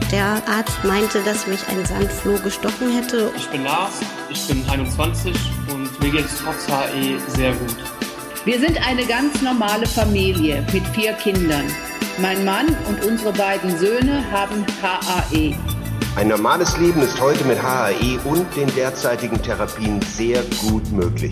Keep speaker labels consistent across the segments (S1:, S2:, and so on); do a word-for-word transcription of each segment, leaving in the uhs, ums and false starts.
S1: Der Arzt meinte, dass mich ein Sandfloh gestochen hätte.
S2: Ich bin Lars, ich bin einundzwanzig und mir geht es trotz H A E sehr gut.
S3: Wir sind eine ganz normale Familie mit vier Kindern. Mein Mann und unsere beiden Söhne haben H A E.
S4: Ein normales Leben ist heute mit H A E und den derzeitigen Therapien sehr gut möglich.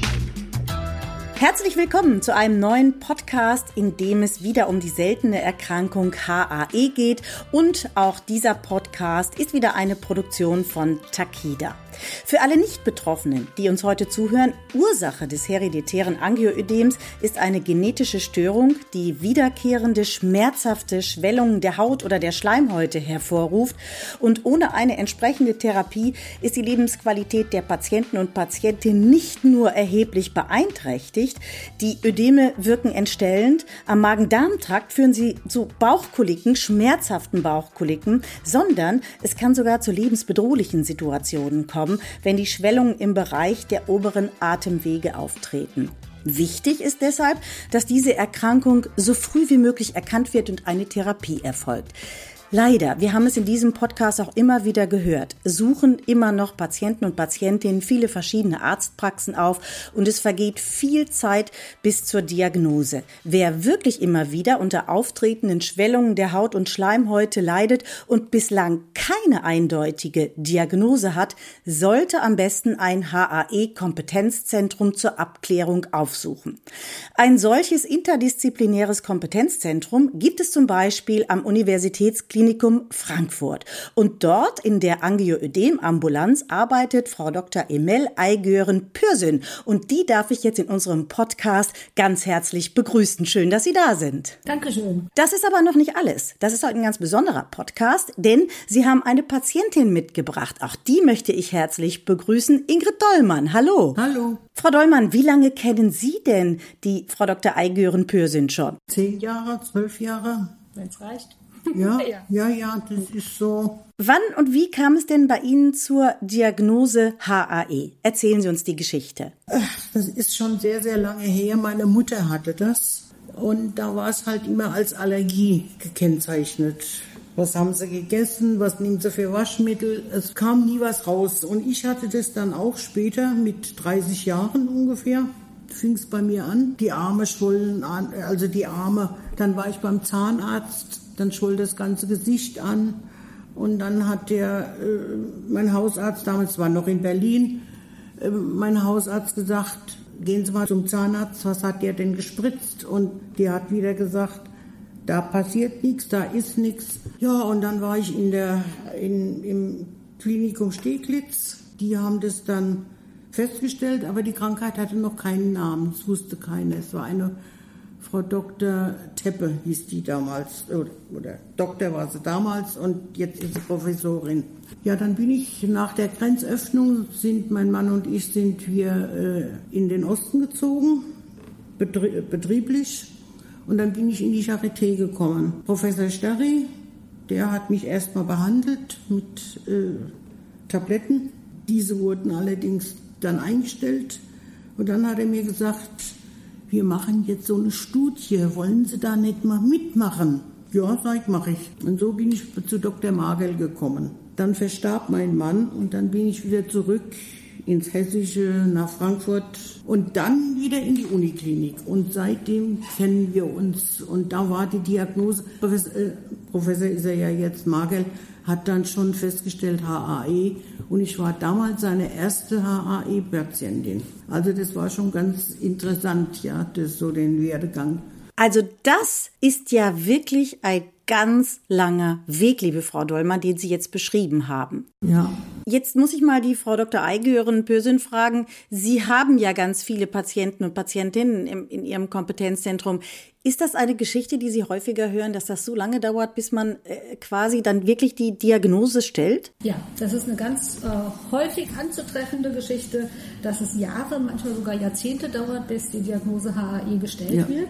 S5: Herzlich willkommen zu einem neuen Podcast, in dem es wieder um die seltene Erkrankung H A E geht. Und auch dieser Podcast ist wieder eine Produktion von Takeda. Für alle Nicht-Betroffenen, die uns heute zuhören, Ursache des hereditären Angioödems ist eine genetische Störung, die wiederkehrende, schmerzhafte Schwellungen der Haut oder der Schleimhäute hervorruft. Und ohne eine entsprechende Therapie ist die Lebensqualität der Patienten und Patientinnen nicht nur erheblich beeinträchtigt. Die Ödeme wirken entstellend. Am Magen-Darm-Trakt führen sie zu Bauchkoliken, schmerzhaften Bauchkoliken, sondern es kann sogar zu lebensbedrohlichen Situationen kommen, wenn die Schwellungen im Bereich der oberen Atemwege auftreten. Wichtig ist deshalb, dass diese Erkrankung so früh wie möglich erkannt wird und eine Therapie erfolgt. Leider, wir haben es in diesem Podcast auch immer wieder gehört, suchen immer noch Patienten und Patientinnen viele verschiedene Arztpraxen auf und es vergeht viel Zeit bis zur Diagnose. Wer wirklich immer wieder unter auftretenden Schwellungen der Haut und Schleimhäute leidet und bislang keine eindeutige Diagnose hat, sollte am besten ein H A E-Kompetenzzentrum zur Abklärung aufsuchen. Ein solches interdisziplinäres Kompetenzzentrum gibt es zum Beispiel am Universitätsklinikum Klinikum Frankfurt. Und dort in der Angioödem-Ambulanz arbeitet Frau Doktor Emel Aygören-Pürsün. Und die darf ich jetzt in unserem Podcast ganz herzlich begrüßen. Schön, dass Sie da sind.
S6: Dankeschön.
S5: Das ist aber noch nicht alles. Das ist heute ein ganz besonderer Podcast, denn Sie haben eine Patientin mitgebracht. Auch die möchte ich herzlich begrüßen. Ingrid Dollmann. Hallo.
S6: Hallo.
S5: Frau Dollmann, wie lange kennen Sie denn die Frau Doktor Aygören-Pürsün schon?
S6: Zehn Jahre, zwölf Jahre.
S7: Wenn es reicht.
S6: Ja, ja, ja, das ist so.
S5: Wann und wie kam es denn bei Ihnen zur Diagnose H A E? Erzählen Sie uns die Geschichte.
S6: Das ist schon sehr, sehr lange her. Meine Mutter hatte das. Und da war es halt immer als Allergie gekennzeichnet. Was haben sie gegessen? Was nehmen sie für Waschmittel? Es kam nie was raus. Und ich hatte das dann auch später mit dreißig Jahren ungefähr. Fing es bei mir an. Die Arme schwollen an, also die Arme. Dann war ich beim Zahnarzt. Dann schwoll das ganze Gesicht an und dann hat der, äh, mein Hausarzt, damals war noch in Berlin, äh, mein Hausarzt gesagt, gehen Sie mal zum Zahnarzt, was hat der denn gespritzt? Und der hat wieder gesagt, da passiert nichts, da ist nichts. Ja, und dann war ich in der, in, im Klinikum Steglitz, die haben das dann festgestellt, aber die Krankheit hatte noch keinen Namen, es wusste keiner, es war eine Frau Doktor Teppe hieß die damals, oder, oder Doktor war sie damals und jetzt ist sie Professorin. Ja, dann bin ich nach der Grenzöffnung, sind mein Mann und ich, sind wir äh, in den Osten gezogen, betrie- betrieblich. Und dann bin ich in die Charité gekommen. Professor Starry, der hat mich erstmal behandelt mit äh, Tabletten. Diese wurden allerdings dann eingestellt. Und dann hat er mir gesagt, wir machen jetzt so eine Studie, wollen Sie da nicht mal mitmachen? Ja, sag ich, mache ich. Und so bin ich zu Doktor Magel gekommen. Dann verstarb mein Mann und dann bin ich wieder zurück ins Hessische, nach Frankfurt und dann wieder in die Uniklinik. Und seitdem kennen wir uns. Und da war die Diagnose, Professor, äh, Professor ist er ja jetzt, Magel, hat dann schon festgestellt H A E und ich war damals seine erste H A E-Patientin. Also das war schon ganz interessant, ja, das so den Werdegang.
S5: Also das ist ja wirklich ein ganz langer Weg, liebe Frau Dollmann, den Sie jetzt beschrieben haben.
S6: Ja.
S5: Jetzt muss ich mal die Frau Doktor Aygören-Pürsün fragen. Sie haben ja ganz viele Patienten und Patientinnen im, in Ihrem Kompetenzzentrum. Ist das eine Geschichte, die Sie häufiger hören, dass das so lange dauert, bis man äh, quasi dann wirklich die Diagnose stellt?
S7: Ja, das ist eine ganz äh, häufig anzutreffende Geschichte, dass es Jahre, manchmal sogar Jahrzehnte dauert, bis die Diagnose H A E gestellt
S6: ja.
S7: wird.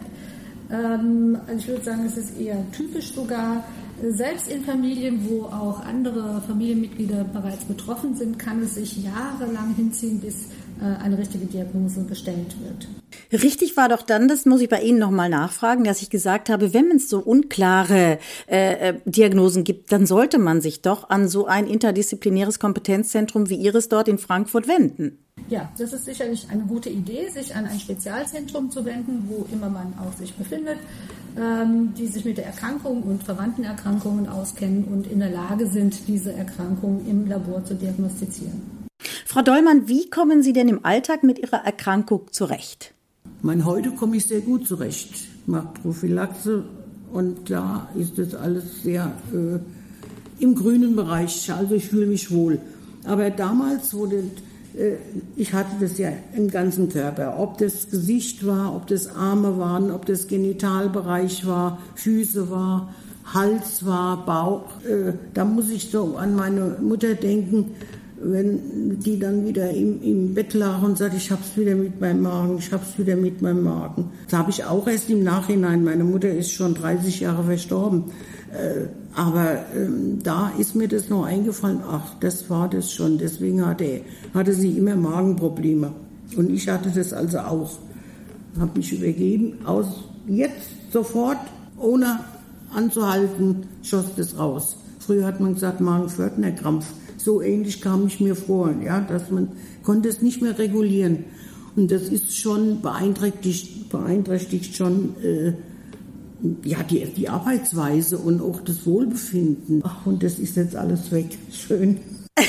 S7: Ähm, also ich würde sagen, es ist eher typisch sogar, selbst in Familien, wo auch andere Familienmitglieder bereits betroffen sind, kann es sich jahrelang hinziehen, bis äh, eine richtige Diagnose gestellt wird.
S5: Richtig war doch dann, das muss ich bei Ihnen nochmal nachfragen, dass ich gesagt habe, wenn es so unklare äh, Diagnosen gibt, dann sollte man sich doch an so ein interdisziplinäres Kompetenzzentrum wie Ihres dort in Frankfurt wenden.
S7: Ja, das ist sicherlich eine gute Idee, sich an ein Spezialzentrum zu wenden, wo immer man auch sich befindet, ähm, die sich mit der Erkrankung und verwandten Erkrankungen auskennen und in der Lage sind, diese Erkrankung im Labor zu diagnostizieren.
S5: Frau Dollmann, wie kommen Sie denn im Alltag mit Ihrer Erkrankung zurecht?
S6: Mein, heute komme ich sehr gut zurecht. Ich mache Prophylaxe und da ist das alles sehr äh, im grünen Bereich. Also ich fühle mich wohl. Aber damals, wo das, äh, ich hatte das ja im ganzen Körper. Ob das Gesicht war, ob das Arme waren, ob das Genitalbereich war, Füße war, Hals war, Bauch. Äh, da muss ich so an meine Mutter denken, wenn die dann wieder im, im Bett lag und sagt, ich hab's wieder mit meinem Magen, ich hab's wieder mit meinem Magen. Das habe ich auch erst im Nachhinein. Meine Mutter ist schon dreißig Jahre verstorben. Äh, aber ähm, da ist mir das noch eingefallen, ach, das war das schon. Deswegen hatte, hatte sie immer Magenprobleme. Und ich hatte das also auch. Habe mich übergeben, aus jetzt sofort, ohne anzuhalten, schoss das raus. Früher hat man gesagt, Magenpförtnerkrampf. So ähnlich kam ich mir vor, ja, dass man konnte es nicht mehr regulieren. Und das ist schon beeinträchtigt, beeinträchtigt schon äh, ja, die, die Arbeitsweise und auch das Wohlbefinden. Ach, und das ist jetzt alles weg. Schön.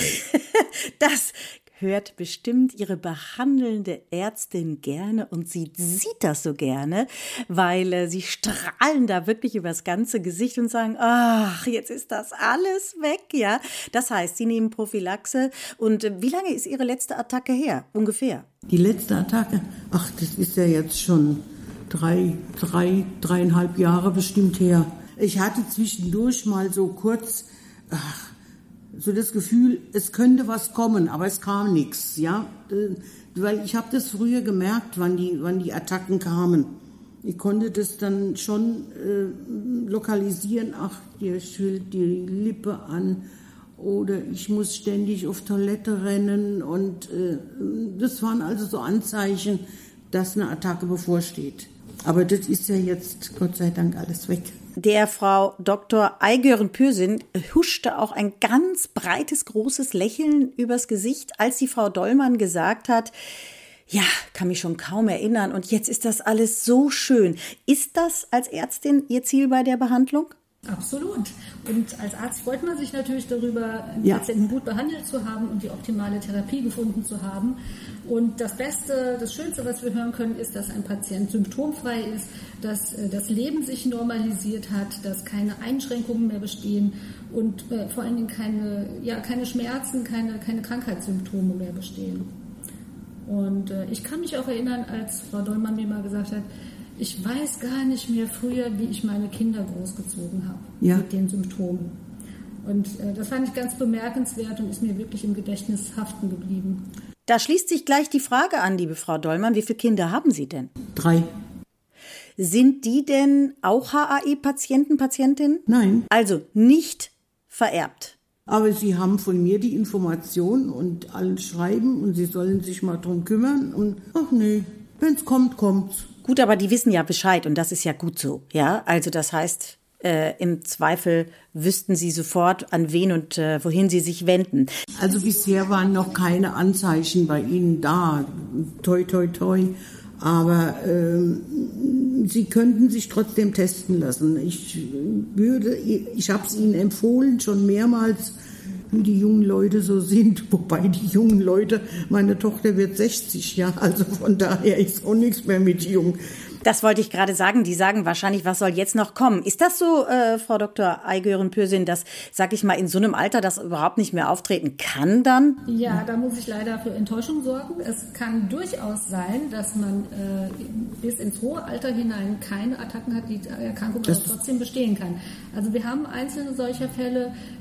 S5: Das hört bestimmt Ihre behandelnde Ärztin gerne und sie sieht das so gerne, weil äh, sie strahlen da wirklich übers ganze Gesicht und sagen, ach, jetzt ist das alles weg, ja. Das heißt, Sie nehmen Prophylaxe und äh, wie lange ist Ihre letzte Attacke her, ungefähr?
S6: Die letzte Attacke, ach, das ist ja jetzt schon drei, drei, dreieinhalb Jahre bestimmt her. Ich hatte zwischendurch mal so kurz, ach, so das Gefühl, es könnte was kommen, aber es kam nichts, ja, weil ich habe das früher gemerkt, wann die, wann die Attacken kamen. Ich konnte das dann schon äh, lokalisieren, ach, hier schwillt die Lippe an oder ich muss ständig auf Toilette rennen und äh, das waren also so Anzeichen, dass eine Attacke bevorsteht. Aber das ist ja jetzt, Gott sei Dank, alles weg.
S5: Der Frau Doktor Aygören-Pürsün huschte auch ein ganz breites, großes Lächeln übers Gesicht, als die Frau Dollmann gesagt hat, ja, kann mich schon kaum erinnern und jetzt ist das alles so schön. Ist das als Ärztin Ihr Ziel bei der Behandlung?
S7: Absolut. Und als Arzt freut man sich natürlich darüber, einen
S6: ja.
S7: Patienten gut behandelt zu haben und die optimale Therapie gefunden zu haben. Und das Beste, das Schönste, was wir hören können, ist, dass ein Patient symptomfrei ist, dass das Leben sich normalisiert hat, dass keine Einschränkungen mehr bestehen und äh, vor allen Dingen keine, ja, keine Schmerzen, keine, keine Krankheitssymptome mehr bestehen. Und äh, ich kann mich auch erinnern, als Frau Dollmann mir mal gesagt hat, ich weiß gar nicht mehr früher, wie ich meine Kinder großgezogen habe
S6: ja.
S7: mit den Symptomen. Und äh, das fand ich ganz bemerkenswert und ist mir wirklich im Gedächtnis haften geblieben.
S5: Da schließt sich gleich die Frage an, liebe Frau Dollmann, wie viele Kinder haben Sie denn?
S6: Drei.
S5: Sind die denn auch H A E-Patienten, Patientinnen?
S6: Nein.
S5: Also nicht vererbt?
S6: Aber sie haben von mir die Information und alles schreiben und sie sollen sich mal drum kümmern und ach nee, wenn's kommt, kommt's.
S5: Gut, aber die wissen ja Bescheid und das ist ja gut so, ja? Also das heißt, äh, im Zweifel wüssten sie sofort, an wen und äh, wohin sie sich wenden.
S6: Also bisher waren noch keine Anzeichen bei Ihnen da, toi, toi, toi. Aber ähm, Sie könnten sich trotzdem testen lassen. Ich würde, ich habe es Ihnen empfohlen, schon mehrmals, wie die jungen Leute so sind. Wobei die jungen Leute, meine Tochter wird sechzig, ja, also von daher ist auch nichts mehr mit jung.
S5: Das wollte ich gerade sagen. Die sagen wahrscheinlich, was soll jetzt noch kommen? Ist das so, äh, Frau Doktor Aygören-Pürsün, dass, sag ich mal, in so einem Alter das überhaupt nicht mehr auftreten kann dann?
S7: Ja, da muss ich leider für Enttäuschung sorgen. Es kann durchaus sein, dass man äh, bis ins hohe Alter hinein keine Attacken hat, die Erkrankung aber trotzdem bestehen kann. Also wir haben einzelne solcher Fälle,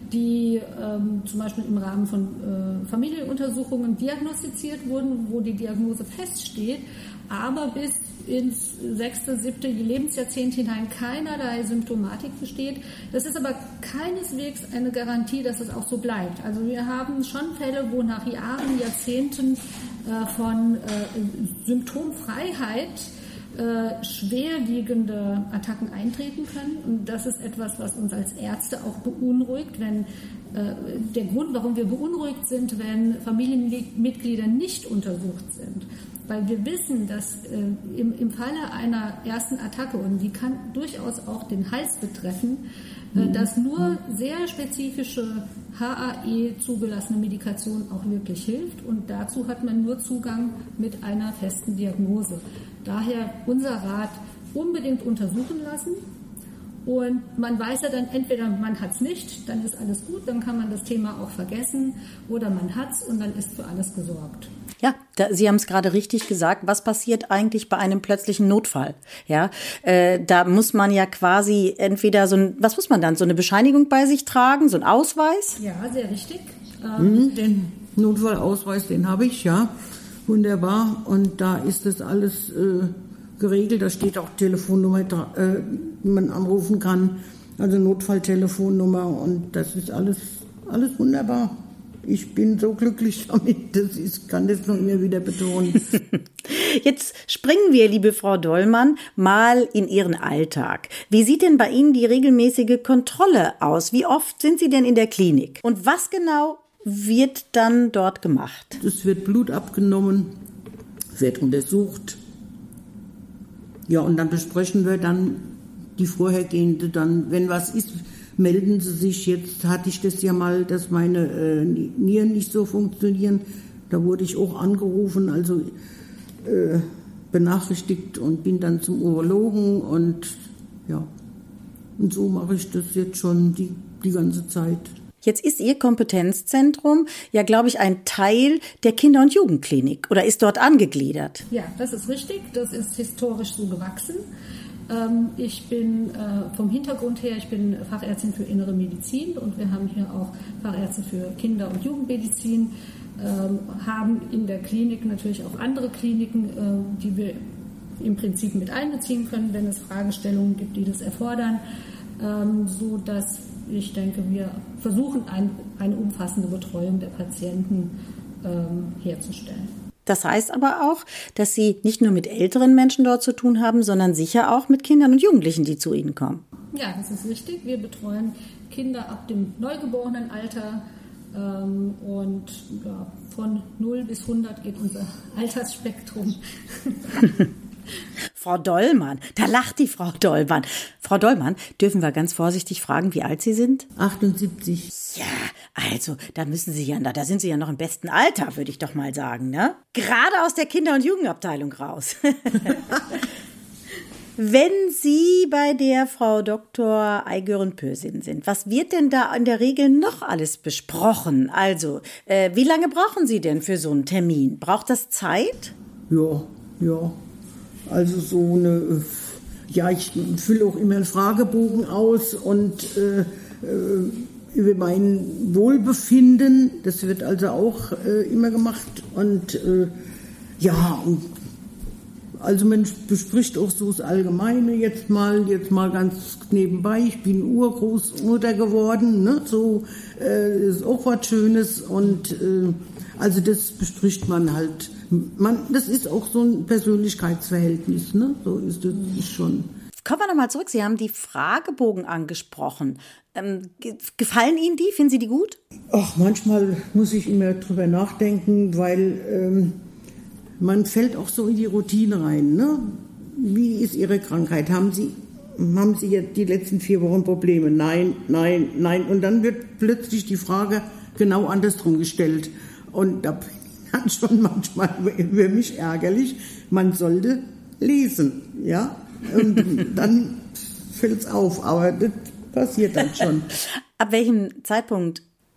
S7: die ähm, zum Beispiel im Rahmen von äh, Familienuntersuchungen diagnostiziert wurden, wo die Diagnose feststeht, aber bis ins sechste, siebte Lebensjahrzehnt hinein keinerlei Symptomatik besteht. Das ist aber keineswegs eine Garantie, dass es auch so bleibt. Also wir haben schon Fälle, wo nach Jahren, Jahrzehnten äh, von äh, Symptomfreiheit äh, schwerwiegende Attacken eintreten können. Und das ist etwas, was uns als Ärzte auch beunruhigt, wenn äh, der Grund, warum wir beunruhigt sind, wenn Familienmitglieder nicht untersucht sind. Weil wir wissen, dass äh, im, im Falle einer ersten Attacke, und die kann durchaus auch den Hals betreffen, äh, dass nur sehr spezifische H A E-zugelassene Medikation auch wirklich hilft. Und dazu hat man nur Zugang mit einer festen Diagnose. Daher unser Rat, unbedingt untersuchen lassen. Und man weiß ja dann, entweder man hat es nicht, dann ist alles gut, dann kann man das Thema auch vergessen, oder man hat es und dann ist für alles gesorgt.
S5: Ja, da, Sie haben es gerade richtig gesagt. Was passiert eigentlich bei einem plötzlichen Notfall? Ja, äh, da muss man ja quasi entweder so ein, was muss man dann, so eine Bescheinigung bei sich tragen, so ein Ausweis?
S7: Ja, sehr richtig. Ähm,
S6: mhm, den Notfallausweis, den habe ich, ja, wunderbar. Und da ist das alles äh, geregelt. Da steht auch Telefonnummer, äh, die man anrufen kann, also Notfalltelefonnummer, und das ist alles, alles wunderbar. Ich bin so glücklich damit, dass ich kann das noch immer wieder betonen.
S5: Jetzt springen wir, liebe Frau Dollmann, mal in Ihren Alltag. Wie sieht denn bei Ihnen die regelmäßige Kontrolle aus? Wie oft sind Sie denn in der Klinik? Und was genau wird dann dort gemacht?
S6: Es wird Blut abgenommen, wird untersucht. Ja, und dann besprechen wir dann die vorhergehende, dann, wenn was ist, melden Sie sich. Jetzt hatte ich das ja mal, dass meine äh, Nieren nicht so funktionieren. Da wurde ich auch angerufen, also äh, benachrichtigt, und bin dann zum Urologen, und ja, und so mache ich das jetzt schon die, die ganze Zeit.
S5: Jetzt ist Ihr Kompetenzzentrum ja, glaube ich, ein Teil der Kinder- und Jugendklinik oder ist dort angegliedert.
S7: Ja, das ist richtig. Das ist historisch so gewachsen. Ähm, ich bin äh, vom Hintergrund her, ich bin Fachärztin für Innere Medizin, und wir haben hier auch Fachärzte für Kinder- und Jugendmedizin, ähm, haben in der Klinik natürlich auch andere Kliniken, äh, die wir im Prinzip mit einbeziehen können, wenn es Fragestellungen gibt, die das erfordern, ähm, so dass ich denke, wir versuchen, ein, eine umfassende Betreuung der Patienten ähm, herzustellen.
S5: Das heißt aber auch, dass Sie nicht nur mit älteren Menschen dort zu tun haben, sondern sicher auch mit Kindern und Jugendlichen, die zu Ihnen kommen.
S7: Ja, das ist richtig. Wir betreuen Kinder ab dem Neugeborenenalter, ähm, und ja, von null bis hundert geht unser Altersspektrum.
S5: Frau Dollmann, da lacht die Frau Dollmann. Frau Dollmann, dürfen wir ganz vorsichtig fragen, wie alt Sie sind?
S6: achtundsiebzig.
S5: Ja, also, da müssen Sie ja, da sind Sie ja noch im besten Alter, würde ich doch mal sagen, ne? Gerade aus der Kinder- und Jugendabteilung raus. Wenn Sie bei der Frau Doktor Aygören-Pösin sind, was wird denn da in der Regel noch alles besprochen? Also, äh, wie lange brauchen Sie denn für so einen Termin? Braucht das Zeit?
S6: Ja, ja. Also so eine, ja, ich fülle auch immer einen Fragebogen aus, und äh, äh, über mein Wohlbefinden, das wird also auch äh, immer gemacht, und äh, ja, also man bespricht auch so das Allgemeine jetzt mal, jetzt mal ganz nebenbei. Ich bin Urgroßmutter geworden, ne? So äh, ist auch was Schönes, und äh, also das bespricht man halt. Man, das ist auch so ein Persönlichkeitsverhältnis, ne? So ist das schon.
S5: Kommen wir nochmal zurück. Sie haben die Fragebogen angesprochen. Ähm, gefallen Ihnen die? Finden Sie die gut?
S6: Ach, manchmal muss ich immer drüber nachdenken, weil ähm, man fällt auch so in die Routine rein, ne? Wie ist Ihre Krankheit? Haben Sie, haben Sie jetzt die letzten vier Wochen Probleme? Nein, nein, nein. Und dann wird plötzlich die Frage genau andersrum gestellt. Und da bin ich dann schon manchmal für mich ärgerlich. Man sollte lesen, ja? Und dann fällt es auf, aber das passiert dann schon.
S5: Ab welchem Zeitpunkt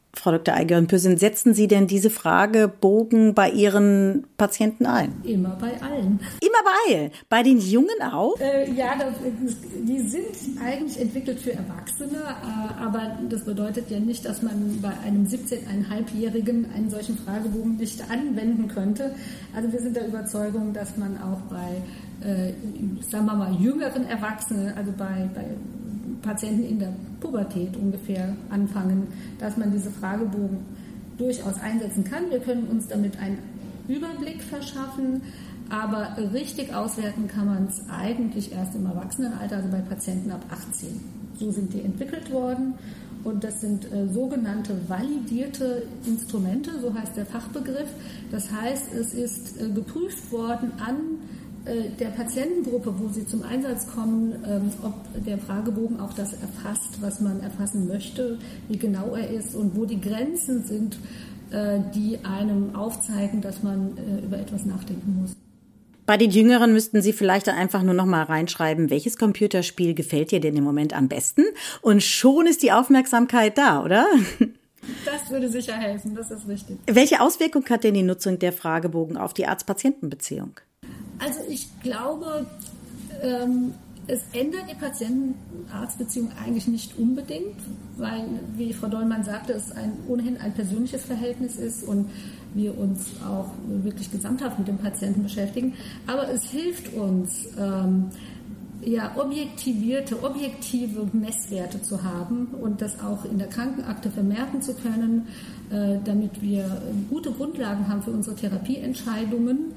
S5: Frau Doktor Eigirren-Pürsün, setzen Sie denn diese Fragebogen bei Ihren Patienten ein?
S7: Immer bei allen.
S5: Immer bei allen? Bei den Jungen auch?
S7: Äh, ja, das, die sind eigentlich entwickelt für Erwachsene, äh, aber das bedeutet ja nicht, dass man bei einem siebzehneinhalb-Jährigen einen solchen Fragebogen nicht anwenden könnte. Also wir sind der Überzeugung, dass man auch bei, äh, sagen wir mal, jüngeren Erwachsenen, also bei, bei Patienten in der Pubertät ungefähr anfangen, dass man diese Fragebogen durchaus einsetzen kann. Wir können uns damit einen Überblick verschaffen, aber richtig auswerten kann man es eigentlich erst im Erwachsenenalter, also bei Patienten ab achtzehn. So sind die entwickelt worden und das sind äh, sogenannte validierte Instrumente, so heißt der Fachbegriff. Das heißt, es ist äh, geprüft worden an der Patientengruppe, wo sie zum Einsatz kommen, ob der Fragebogen auch das erfasst, was man erfassen möchte, wie genau er ist und wo die Grenzen sind, die einem aufzeigen, dass man über etwas nachdenken muss.
S5: Bei den Jüngeren müssten Sie vielleicht dann einfach nur noch mal reinschreiben, welches Computerspiel gefällt dir denn im Moment am besten? Und schon ist die Aufmerksamkeit da, oder?
S7: Das würde sicher helfen, das ist richtig.
S5: Welche Auswirkung hat denn die Nutzung der Fragebogen auf die Arzt-Patienten-Beziehung?
S7: Also ich glaube, ähm, es ändert die Patienten-Arzt-Beziehung eigentlich nicht unbedingt, weil, wie Frau Dollmann sagte, es ein, ohnehin ein persönliches Verhältnis ist und wir uns auch wirklich gesamthaft mit dem Patienten beschäftigen. Aber es hilft uns, ähm, ja, objektivierte, objektive Messwerte zu haben und das auch in der Krankenakte vermerken zu können, äh, damit wir gute Grundlagen haben für unsere Therapieentscheidungen.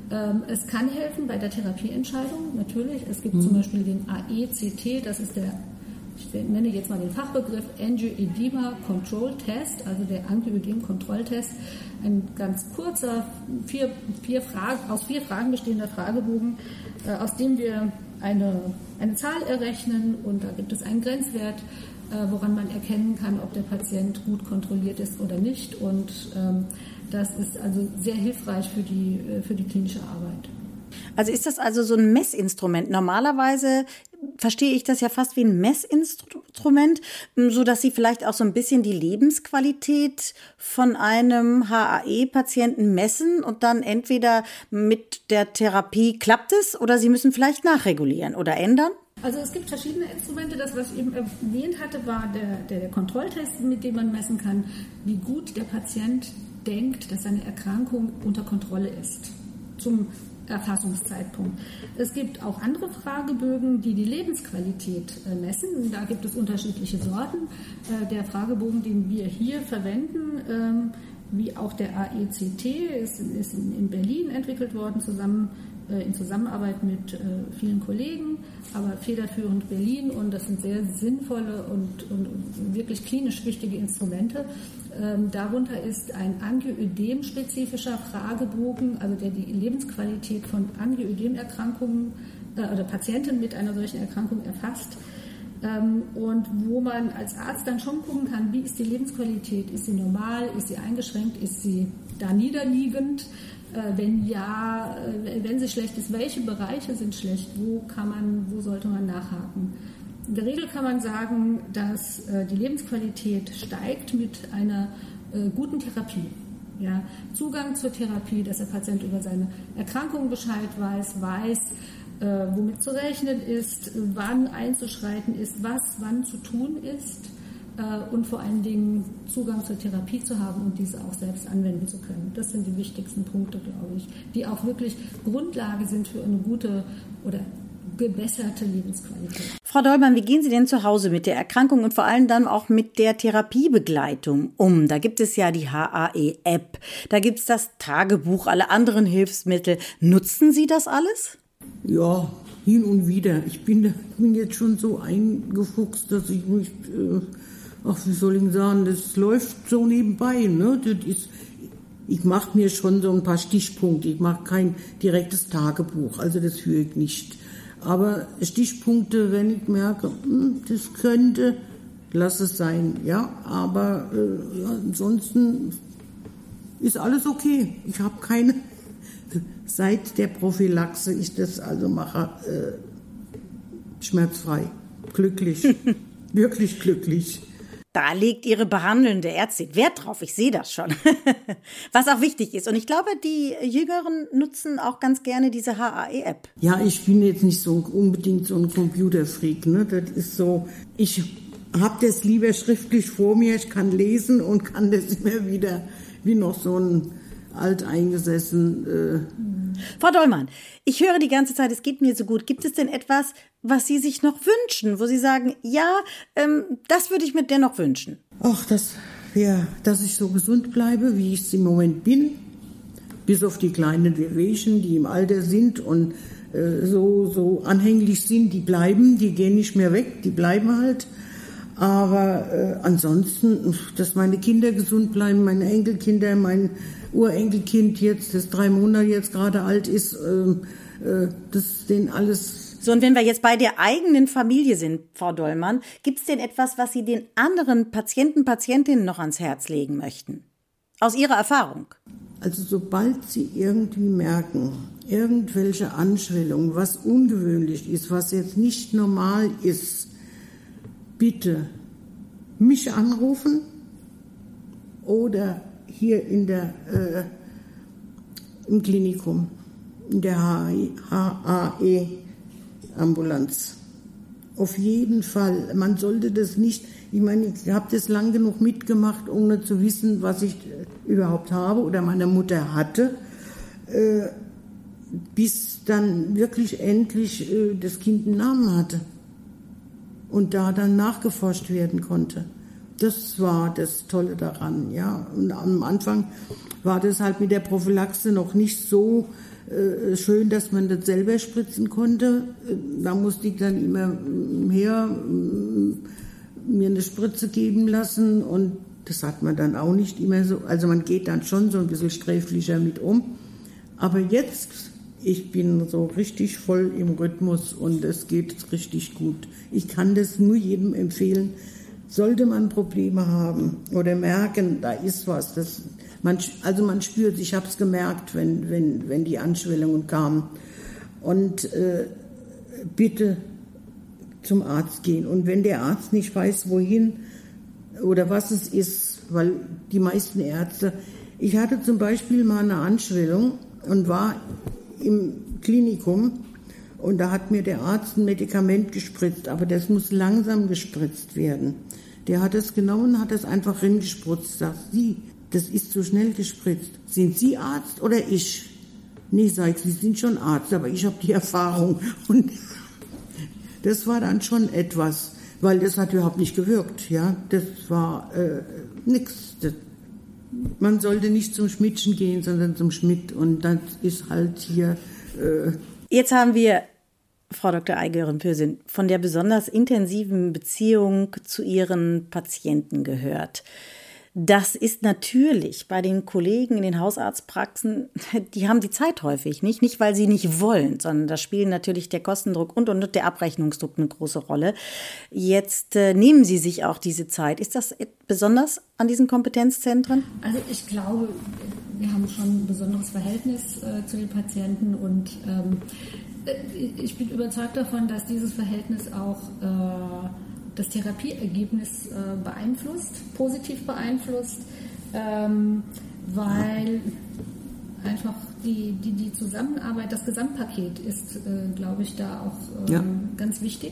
S7: Es kann helfen bei der Therapieentscheidung, natürlich. Es gibt mhm. zum Beispiel den A E C T, das ist der, ich nenne jetzt mal den Fachbegriff Angioedema Control Test, also der Angioödem-Kontrolltest. Ein ganz kurzer, vier, vier Fragen, aus vier Fragen bestehender Fragebogen, äh, aus dem wir eine, eine Zahl errechnen und da gibt es einen Grenzwert, äh, woran man erkennen kann, ob der Patient gut kontrolliert ist oder nicht. Und ähm, das ist also sehr hilfreich für die, für die klinische Arbeit.
S5: Also ist das also so ein Messinstrument? Normalerweise verstehe ich das ja fast wie ein Messinstrument, so dass Sie vielleicht auch so ein bisschen die Lebensqualität von einem H A E-Patienten messen und dann entweder mit der Therapie klappt es oder Sie müssen vielleicht nachregulieren oder ändern?
S7: Also es gibt verschiedene Instrumente. Das, was ich eben erwähnt hatte, war der, der Kontrolltest, mit dem man messen kann, wie gut der Patient denkt, dass seine Erkrankung unter Kontrolle ist zum Erfassungszeitpunkt. Es gibt auch andere Fragebögen, die die Lebensqualität messen. Da gibt es unterschiedliche Sorten. Der Fragebogen, den wir hier verwenden, wie auch der A E C T, ist, ist in Berlin entwickelt worden, zusammen in Zusammenarbeit mit vielen Kollegen, aber federführend Berlin, und das sind sehr sinnvolle und, und wirklich klinisch wichtige Instrumente. Ähm, darunter ist ein Angioödem-spezifischer Fragebogen, also der die Lebensqualität von Angioödem-Erkrankungen äh, oder Patienten mit einer solchen Erkrankung erfasst. Ähm, und wo man als Arzt dann schon gucken kann, wie ist die Lebensqualität? Ist sie normal? Ist sie eingeschränkt? Ist sie da niederliegend? Äh, wenn ja, äh, wenn sie schlecht ist, welche Bereiche sind schlecht? Wo kann man, wo sollte man nachhaken? In der Regel kann man sagen, dass äh, die Lebensqualität steigt mit einer äh, guten Therapie. Ja, Zugang zur Therapie, dass der Patient über seine Erkrankung Bescheid weiß, weiß, äh, womit zu rechnen ist, wann einzuschreiten ist, was wann zu tun ist äh, und vor allen Dingen Zugang zur Therapie zu haben und diese auch selbst anwenden zu können. Das sind die wichtigsten Punkte, glaube ich, die auch wirklich Grundlage sind für eine gute oder gebesserte Lebensqualität.
S5: Frau Dollmann, wie gehen Sie denn zu Hause mit der Erkrankung und vor allem dann auch mit der Therapiebegleitung um? Da gibt es ja die H A E-App, da gibt es das Tagebuch, alle anderen Hilfsmittel. Nutzen Sie das alles?
S6: Ja, hin und wieder. Ich bin, da, bin jetzt schon so eingefuchst, dass ich mich, äh, ach, wie soll ich sagen, das läuft so nebenbei. Ne? Das ist, ich mache mir schon so ein paar Stichpunkte. Ich mache kein direktes Tagebuch, also das führe ich nicht. Aber Stichpunkte, wenn ich merke, das könnte, lass es sein, ja. Aber äh, ja, ansonsten ist alles okay. Ich habe keine, seit der Prophylaxe ich das also mache, äh, schmerzfrei, glücklich, wirklich glücklich.
S5: Da legt Ihre behandelnde Ärztin Wert drauf. Ich sehe das schon. Was auch wichtig ist. Und ich glaube, die Jüngeren nutzen auch ganz gerne diese H A E-App.
S6: Ja, ich bin jetzt nicht so unbedingt so ein Computerfreak. Ne? Das ist so, ich habe das lieber schriftlich vor mir. Ich kann lesen und kann das immer wieder wie noch so ein alteingesessen. Äh
S5: Frau Dollmann, ich höre die ganze Zeit, es geht mir so gut. Gibt es denn etwas, was Sie sich noch wünschen, wo Sie sagen, ja, ähm, das würde ich mir dennoch wünschen?
S6: Ach, das wäre, dass ich so gesund bleibe, wie ich es im Moment bin. Bis auf die kleinen Wehwehchen, die im Alter sind und äh, so, so anhänglich sind, die bleiben, die gehen nicht mehr weg, die bleiben halt. Aber äh, ansonsten, dass meine Kinder gesund bleiben, meine Enkelkinder, mein Urenkelkind jetzt, das drei Monate jetzt gerade alt ist, äh, äh, das denen alles...
S5: So, und wenn wir jetzt bei der eigenen Familie sind, Frau Dollmann, gibt es denn etwas, was Sie den anderen Patienten, Patientinnen noch ans Herz legen möchten? Aus Ihrer Erfahrung?
S6: Also sobald Sie irgendwie merken, irgendwelche Anschwellungen, was ungewöhnlich ist, was jetzt nicht normal ist, bitte mich anrufen oder hier in der, äh, im Klinikum, in der H A E-Ambulanz. Auf jeden Fall. Man sollte das nicht, ich meine, ich habe das lang genug mitgemacht, ohne zu wissen, was ich überhaupt habe oder meine Mutter hatte, äh, bis dann wirklich endlich äh, das Kind einen Namen hatte und da dann nachgeforscht werden konnte. Das war das Tolle daran, ja. Und am Anfang war das halt mit der Prophylaxe noch nicht so äh, schön, dass man das selber spritzen konnte. Da musste ich dann immer her äh, mir eine Spritze geben lassen und das hat man dann auch nicht immer so. Also man geht dann schon so ein bisschen sträflicher mit um. Aber jetzt, ich bin so richtig voll im Rhythmus und es geht richtig gut. Ich kann das nur jedem empfehlen. Sollte man Probleme haben oder merken, da ist was, das, man, also man spürt, ich habe es gemerkt, wenn, wenn, wenn die Anschwellungen kamen. Und äh, bitte zum Arzt gehen. Und wenn der Arzt nicht weiß, wohin oder was es ist, weil die meisten Ärzte, ich hatte zum Beispiel mal eine Anschwellung und war im Klinikum und da hat mir der Arzt ein Medikament gespritzt, aber das muss langsam gespritzt werden. Der hat es genommen, hat es einfach reingespritzt. Sagt Sie, das ist zu schnell gespritzt. Sind Sie Arzt oder ich? Nee, sag ich, Sie sind schon Arzt, aber ich habe die Erfahrung. Und das war dann schon etwas, weil das hat überhaupt nicht gewirkt. Ja, das war äh, nix. Das, man sollte nicht zum Schmidtchen gehen, sondern zum Schmidt. Und das ist halt hier... Äh
S5: Jetzt haben wir, Frau Doktor Eigerin-Pürsün, von der besonders intensiven Beziehung zu Ihren Patienten gehört. Das ist natürlich bei den Kollegen in den Hausarztpraxen, die haben die Zeit häufig nicht, nicht weil sie nicht wollen, sondern da spielen natürlich der Kostendruck und, und der Abrechnungsdruck eine große Rolle. Jetzt äh, nehmen Sie sich auch diese Zeit. Ist das besonders an diesen Kompetenzzentren?
S7: Also ich glaube, wir haben schon ein besonderes Verhältnis äh, zu den Patienten und ähm, ich bin überzeugt davon, dass dieses Verhältnis auch äh, das Therapieergebnis äh, beeinflusst, positiv beeinflusst, ähm, weil einfach die, die, die Zusammenarbeit, das Gesamtpaket ist, äh, glaube ich, da auch ähm, ja. ganz wichtig.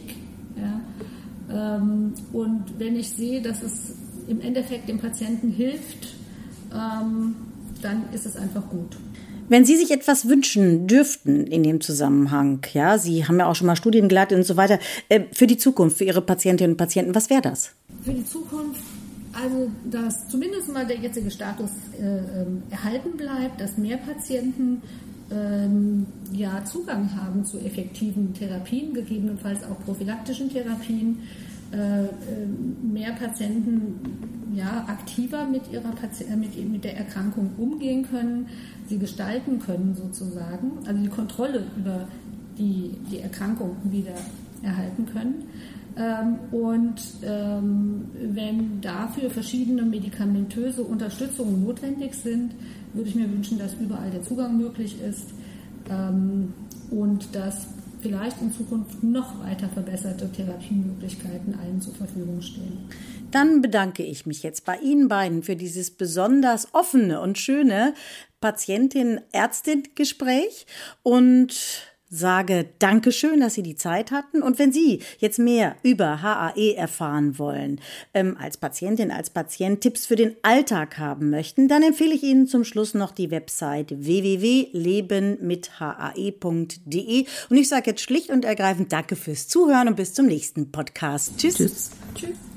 S7: Ja? Ähm, und wenn ich sehe, dass es im Endeffekt dem Patienten hilft, ähm, dann ist es einfach gut.
S5: Wenn Sie sich etwas wünschen dürften in dem Zusammenhang, ja, Sie haben ja auch schon mal Studien geleitet und so weiter, äh, für die Zukunft, für Ihre Patientinnen und Patienten, was wäre das?
S7: Für die Zukunft, also dass zumindest mal der jetzige Status äh, erhalten bleibt, dass mehr Patienten ähm, ja, Zugang haben zu effektiven Therapien, gegebenenfalls auch prophylaktischen Therapien, äh, äh, mehr Patienten ja, aktiver mit, ihrer Pati- mit, mit der Erkrankung umgehen können, sie gestalten können sozusagen, also die Kontrolle über die, die Erkrankung wieder erhalten können. Ähm, und ähm, wenn dafür verschiedene medikamentöse Unterstützungen notwendig sind, würde ich mir wünschen, dass überall der Zugang möglich ist ähm, und dass vielleicht in Zukunft noch weiter verbesserte Therapiemöglichkeiten allen zur Verfügung stehen.
S5: Dann bedanke ich mich jetzt bei Ihnen beiden für dieses besonders offene und schöne Patientin-Ärztin-Gespräch und sage Dankeschön, dass Sie die Zeit hatten. Und wenn Sie jetzt mehr über H A E erfahren wollen, ähm, als Patientin, als Patient Tipps für den Alltag haben möchten, dann empfehle ich Ihnen zum Schluss noch die Website w w w punkt leben mit h a e punkt d e. Und ich sage jetzt schlicht und ergreifend Danke fürs Zuhören und bis zum nächsten Podcast. Tschüss.
S6: Tschüss.
S7: Tschüss.